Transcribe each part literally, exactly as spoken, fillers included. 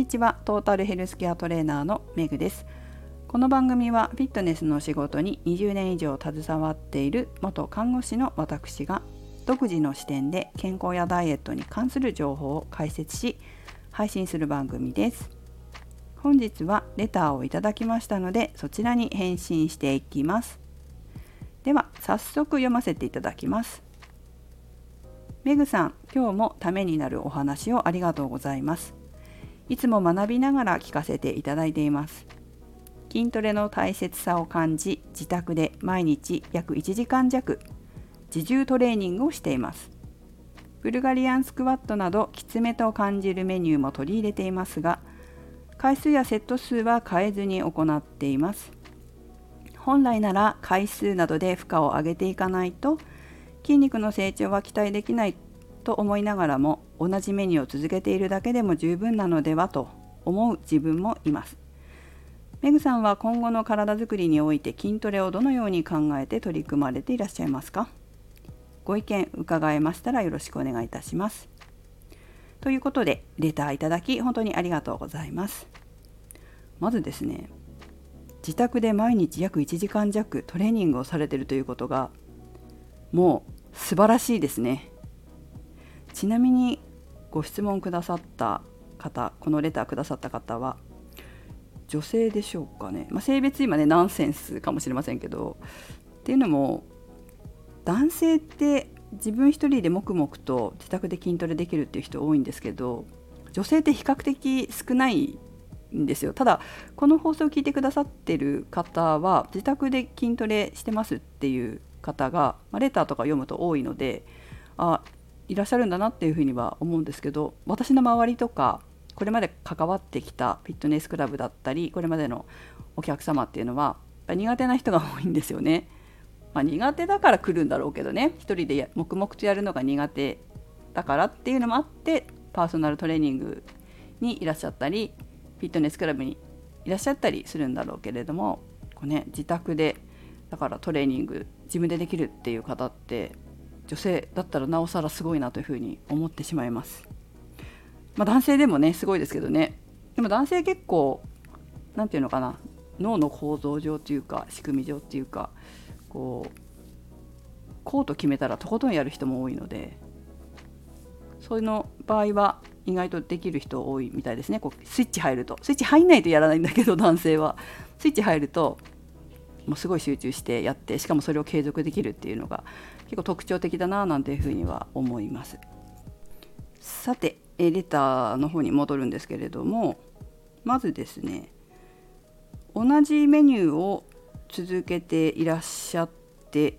ちは。トータルヘルスケアトレーナーのメグです。この番組はフィットネスの仕事ににじゅうねん以上携わっている元看護師の私が独自の視点で健康やダイエットに関する情報を解説し配信する番組です。本日はレターをいただきましたので、そちらに返信していきます。では早速読ませていただきます。メグさん、今日もためになるお話をありがとうございます。いつも学びながら聞かせていただいています。筋トレの大切さを感じ、自宅で毎日約いちじかん弱自重トレーニングをしています。ブルガリアンスクワットなどきつめと感じるメニューも取り入れていますが、回数やセット数は変えずに行っています。本来なら回数などで負荷を上げていかないと筋肉の成長は期待できないと思いながらも、同じメニューを続けているだけでも十分なのではと思う自分もいます。メグさんは今後の体づくりにおいて筋トレをどのように考えて取り組まれていらっしゃいますか？ご意見伺えましたらよろしくお願いいたします。ということで、レターいただき本当にありがとうございます。まずですね、自宅で毎日約いちじかん弱トレーニングをされているということがもう素晴らしいですね。ちなみにご質問くださった方、このレターくださった方は女性でしょうかね。まあ、性別今ねナンセンスかもしれませんけど、っていうのも男性って自分一人で黙々と自宅で筋トレできるっていう人多いんですけど、女性って比較的少ないんですよ。ただこの放送を聞いてくださってる方は自宅で筋トレしてますっていう方が、まあ、レターとか読むと多いので、あ、いらっしゃるんだなっていうふうには思うんですけど、私の周りとかこれまで関わってきたフィットネスクラブだったり、これまでのお客様っていうのはやっぱ苦手な人が多いんですよね。まあ、苦手だから来るんだろうけどね、一人で黙々とやるのが苦手だからっていうのもあってパーソナルトレーニングにいらっしゃったり、フィットネスクラブにいらっしゃったりするんだろうけれども、こう、ね、自宅でだからトレーニング自分でできるっていう方って女性だったらなおさらすごいなというふうに思ってしまいます。まあ、男性でもねすごいですけどね。でも男性結構なんていうのかな、脳の構造上というか仕組み上っていうか、こうこうと決めたらとことんやる人も多いので、そういうの場合は意外とできる人多いみたいですね。こうスイッチ入ると、スイッチ入んないとやらないんだけど、男性はスイッチ入るともうすごい集中してやって、しかもそれを継続できるっていうのが結構特徴的だななんていうふうには思います。さてレターの方に戻るんですけれども、まずですね、同じメニューを続けていらっしゃって、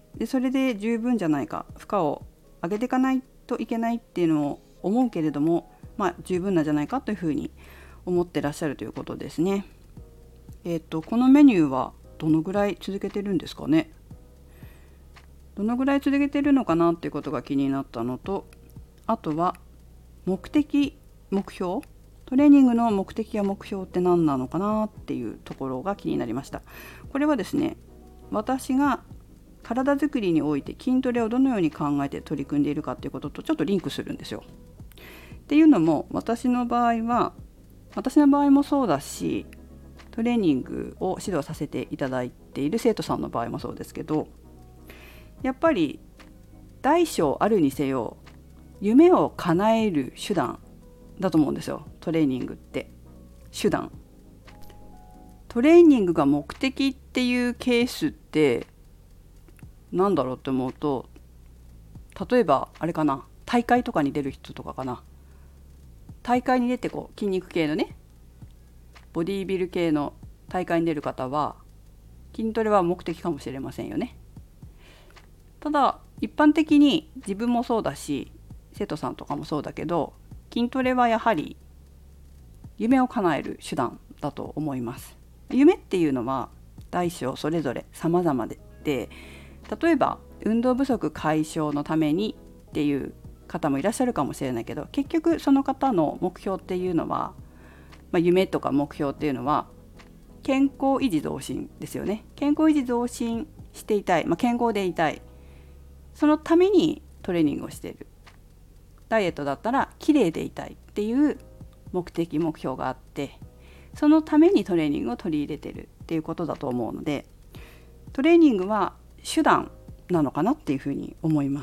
でそれで十分じゃないか、負荷を上げていかないといけないっていうのを思うけれども、まあ十分なんじゃないかというふうに思ってらっしゃるということですね。えっとこのメニューはどのぐらい続けてるんですかね。どのぐらい続けてるのかなっていうことが気になったのと、あとは目的、目標、トレーニングの目的や目標って何なのかなっていうところが気になりました。これはですね、私が体づくりにおいて筋トレをどのように考えて取り組んでいるかっていうこととちょっとリンクするんですよ。っていうのも、私の場合は私の場合もそうだし、トレーニングを指導させていただいている生徒さんの場合もそうですけど、やっぱり大小あるにせよ夢を叶える手段だと思うんですよ。トレーニングって手段。トレーニングが目的っていうケースってなんだろうって思うと、例えばあれかな、大会とかに出る人とかかな。大会に出てこう筋肉系のね、ボディービル系の大会に出る方は筋トレは目的かもしれませんよね。ただ一般的に自分もそうだし生徒さんとかもそうだけど、筋トレはやはり夢を叶える手段だと思います。夢っていうのは大小それぞれ様々で、で例えば運動不足解消のためにっていう方もいらっしゃるかもしれないけど、結局その方の目標っていうのは、まあ、夢とか目標っていうのは健康維持増進ですよね。健康維持増進していたい、まあ、健康でいたい、そのためにトレーニングをしている。ダイエットだったら綺麗でいたいっていう目的目標があって、そのためにトレーニングを取り入れてるっていうことだと思うので、トレーニングは手段なのかなっていうふうに思います。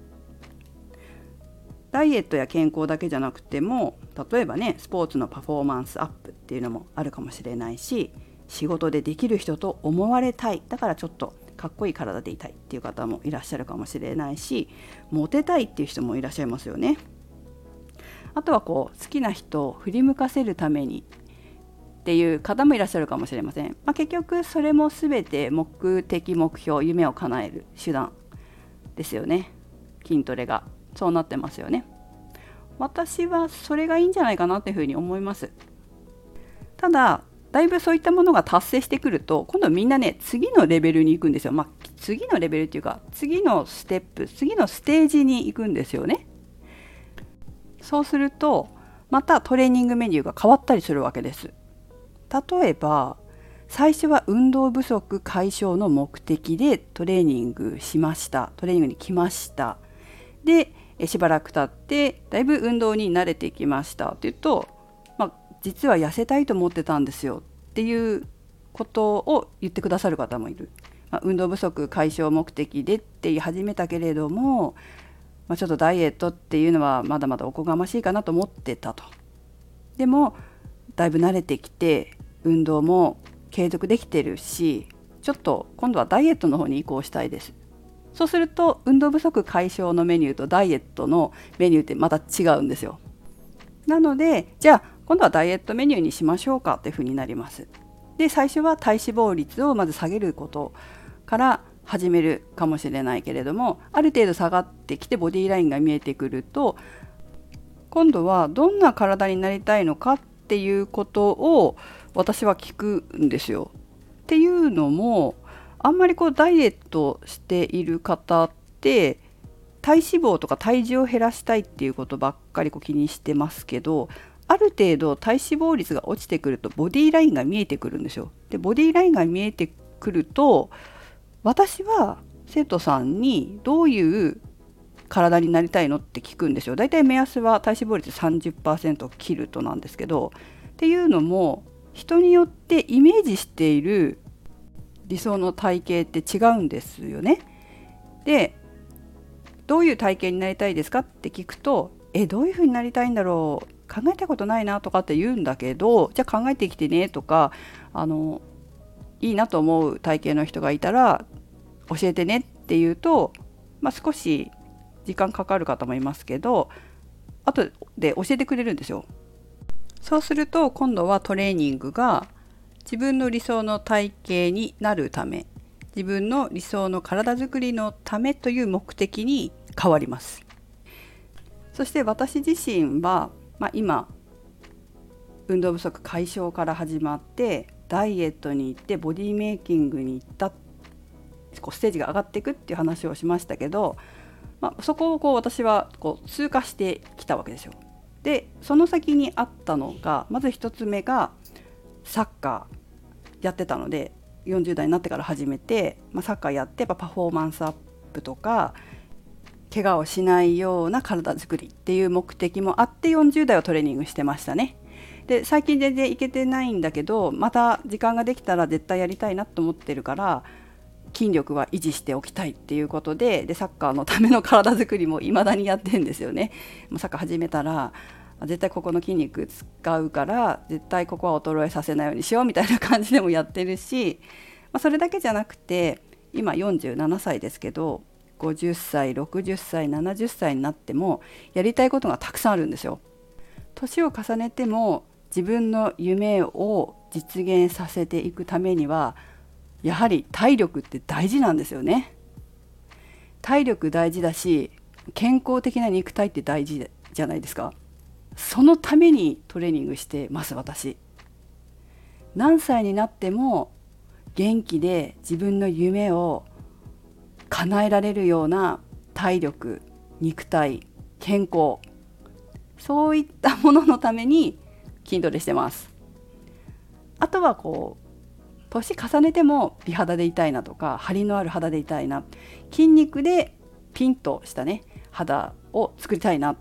ダイエットや健康だけじゃなくても、例えばねスポーツのパフォーマンスアップっていうのもあるかもしれないし、仕事でできる人と思われたい、だからちょっとかっこいい体でいたいっていう方もいらっしゃるかもしれないし、モテたいっていう人もいらっしゃいますよね。あとはこう好きな人を振り向かせるためにっていう方もいらっしゃるかもしれません。まあ、結局それも全て目的目標、夢を叶える手段ですよね。筋トレがそうなってますよね。私はそれがいいんじゃないかなっていうふうに思います。ただだいぶそういったものが達成してくると、今度みんなね次のレベルに行くんですよ。まあ次のレベルっていうか次のステップ、次のステージに行くんですよね。そうするとまたトレーニングメニューが変わったりするわけです。例えば最初は運動不足解消の目的でトレーニングしました。トレーニングに来ました。でしばらく経ってだいぶ運動に慣れてきましたっていうと、まあ、実は痩せたいと思ってたんですよっていうことを言ってくださる方もいる。まあ、運動不足解消目的でって言い始めたけれども、まあ、ちょっとダイエットっていうのはまだまだおこがましいかなと思ってたと。でもだいぶ慣れてきて運動も継続できてるし、ちょっと今度はダイエットの方に移行したいです。そうすると運動不足解消のメニューとダイエットのメニューってまた違うんですよ。なのでじゃあ今度はダイエットメニューにしましょうかっていうふうになります。で最初は体脂肪率をまず下げることから始めるかもしれないけれども、ある程度下がってきてボディラインが見えてくると、今度はどんな体になりたいのかっていうことを私は聞くんですよ。っていうのもあんまりこうダイエットしている方って体脂肪とか体重を減らしたいっていうことばっかりこう気にしてますけど、ある程度体脂肪率が落ちてくるとボディラインが見えてくるんですよ。でボディラインが見えてくると、私は生徒さんにどういう体になりたいのって聞くんですよ。だいたい目安は体脂肪率 さんじゅっパーセント を切るとなんですけど、っていうのも人によってイメージしている理想の体型って違うんですよね。でどういう体型になりたいですかって聞くと、えどういう風になりたいんだろう、考えたことないなとかって言うんだけど、じゃあ考えてきてねとか、あのいいなと思う体型の人がいたら教えてねって言うと、まあ、少し時間かかる方もいますけど後で教えてくれるんですよ。そうすると今度はトレーニングが自分の理想の体型になるため、自分の理想の体づくりのためという目的に変わります。そして私自身は、まあ、今運動不足解消から始まってダイエットに行ってボディメイキングに行ったこうステージが上がっていくっていう話をしましたけど、まあ、そこをこう私はこう通過してきたわけですよ。でその先にあったのが、まず一つ目がサッカーやってたので、よんじゅう代になってから始めて、まあ、サッカーやってやっぱパフォーマンスアップとか怪我をしないような体作りっていう目的もあってよんじゅう代はトレーニングしてましたね。で最近全然行けてないんだけど、また時間ができたら絶対やりたいなと思ってるから筋力は維持しておきたいっていうことで、でサッカーのための体作りも未だにやってんですよね。サッカー始めたら絶対ここの筋肉使うから絶対ここは衰えさせないようにしようみたいな感じでもやってるし、まあ、それだけじゃなくて今よんじゅうななさいですけど、ごじゅっさいろくじゅっさいななじゅっさいになってもやりたいことがたくさんあるんですよ。年を重ねても自分の夢を実現させていくためにはやはり体力って大事なんですよね。体力大事だし、健康的な肉体って大事じゃないですか。そのためにトレーニングしてます私。何歳になっても元気で自分の夢を叶えられるような体力、肉体、健康、そういったもののために筋トレしてます。あとはこう年重ねても美肌でいたいなとか、張りのある肌でいたいな、筋肉でピンとしたね肌を作りたいなっ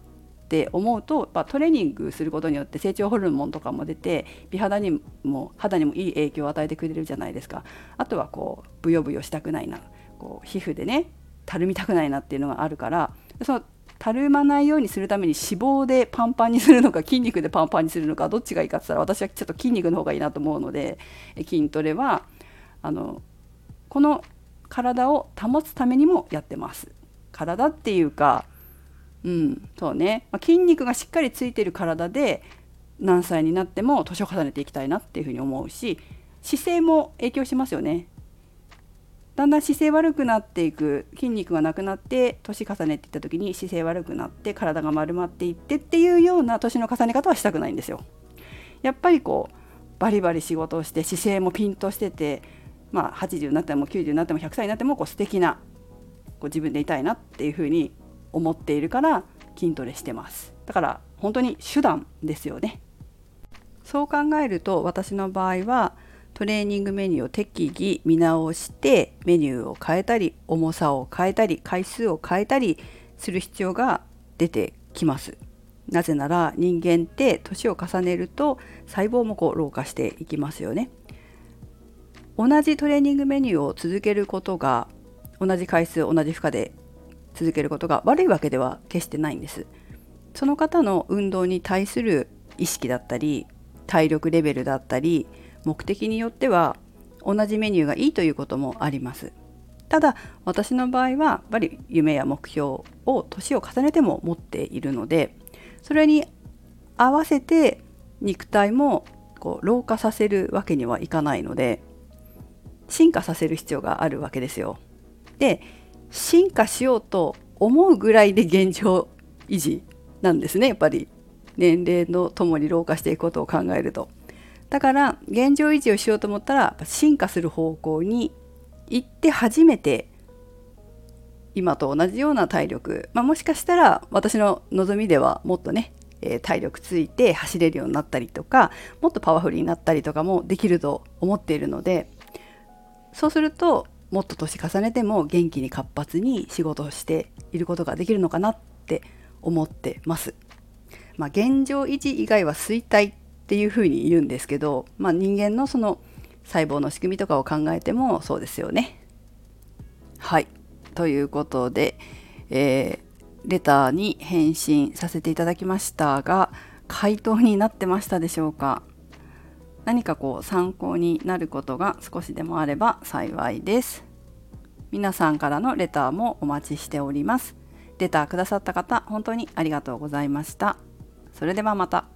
って思うと、やっぱトレーニングすることによって成長ホルモンとかも出て、美肌にも肌にもいい影響を与えてくれるじゃないですか。あとはこうブヨブヨしたくないな、こう皮膚でねたるみたくないなっていうのがあるから、そのたるまないようにするために脂肪でパンパンにするのか筋肉でパンパンにするのか、どっちがいいかって言ったら私はちょっと筋肉の方がいいなと思うので、筋トレはあのこの体を保つためにもやってます。体っていうか、うんそうね、まあ、筋肉がしっかりついてる体で何歳になっても年を重ねていきたいなっていうふうに思うし、姿勢も影響しますよね。だんだん姿勢悪くなっていく、筋肉がなくなって年重ねていった時に姿勢悪くなって体が丸まっていってっていうような年の重ね方はしたくないんですよ。やっぱりこうバリバリ仕事をして姿勢もピンとしてて、まあ、はちじゅうになってもきゅうじゅうになってもひゃくさいになってもこう素敵なこう自分でいたいなっていうふうに思っているから筋トレしてます。だから本当に手段ですよね。そう考えると私の場合はトレーニングメニューを適宜見直してメニューを変えたり重さを変えたり回数を変えたりする必要が出てきます。なぜなら人間って年を重ねると細胞もこう老化していきますよね。同じトレーニングメニューを続けることが、同じ回数同じ負荷で続けることが悪いわけでは決してないんです。その方の運動に対する意識だったり体力レベルだったり目的によっては同じメニューがいいということもあります。ただ私の場合はやっぱり夢や目標を年を重ねても持っているので、それに合わせて肉体もこう老化させるわけにはいかないので、進化させる必要があるわけですよ。で、進化しようと思うぐらいで現状維持なんですね。やっぱり年齢のともに老化していくことを考えると、だから現状維持をしようと思ったら進化する方向に行って初めて今と同じような体力、まあ、もしかしたら私の望みではもっとね、えー、体力ついて走れるようになったりとか、もっとパワフルになったりとかもできると思っているので、そうするともっと年重ねても元気に活発に仕事をしていることができるのかなって思ってます。まあ、現状維持以外は衰退っていうふうに言うんですけど、まあ、人間のその細胞の仕組みとかを考えてもそうですよね。はい、ということで、えー、レターに返信させていただきましたが、回答になってましたでしょうか。何かこう参考になることが少しでもあれば幸いです。皆さんからのレターもお待ちしております。レターくださった方、本当にありがとうございました。それではまた。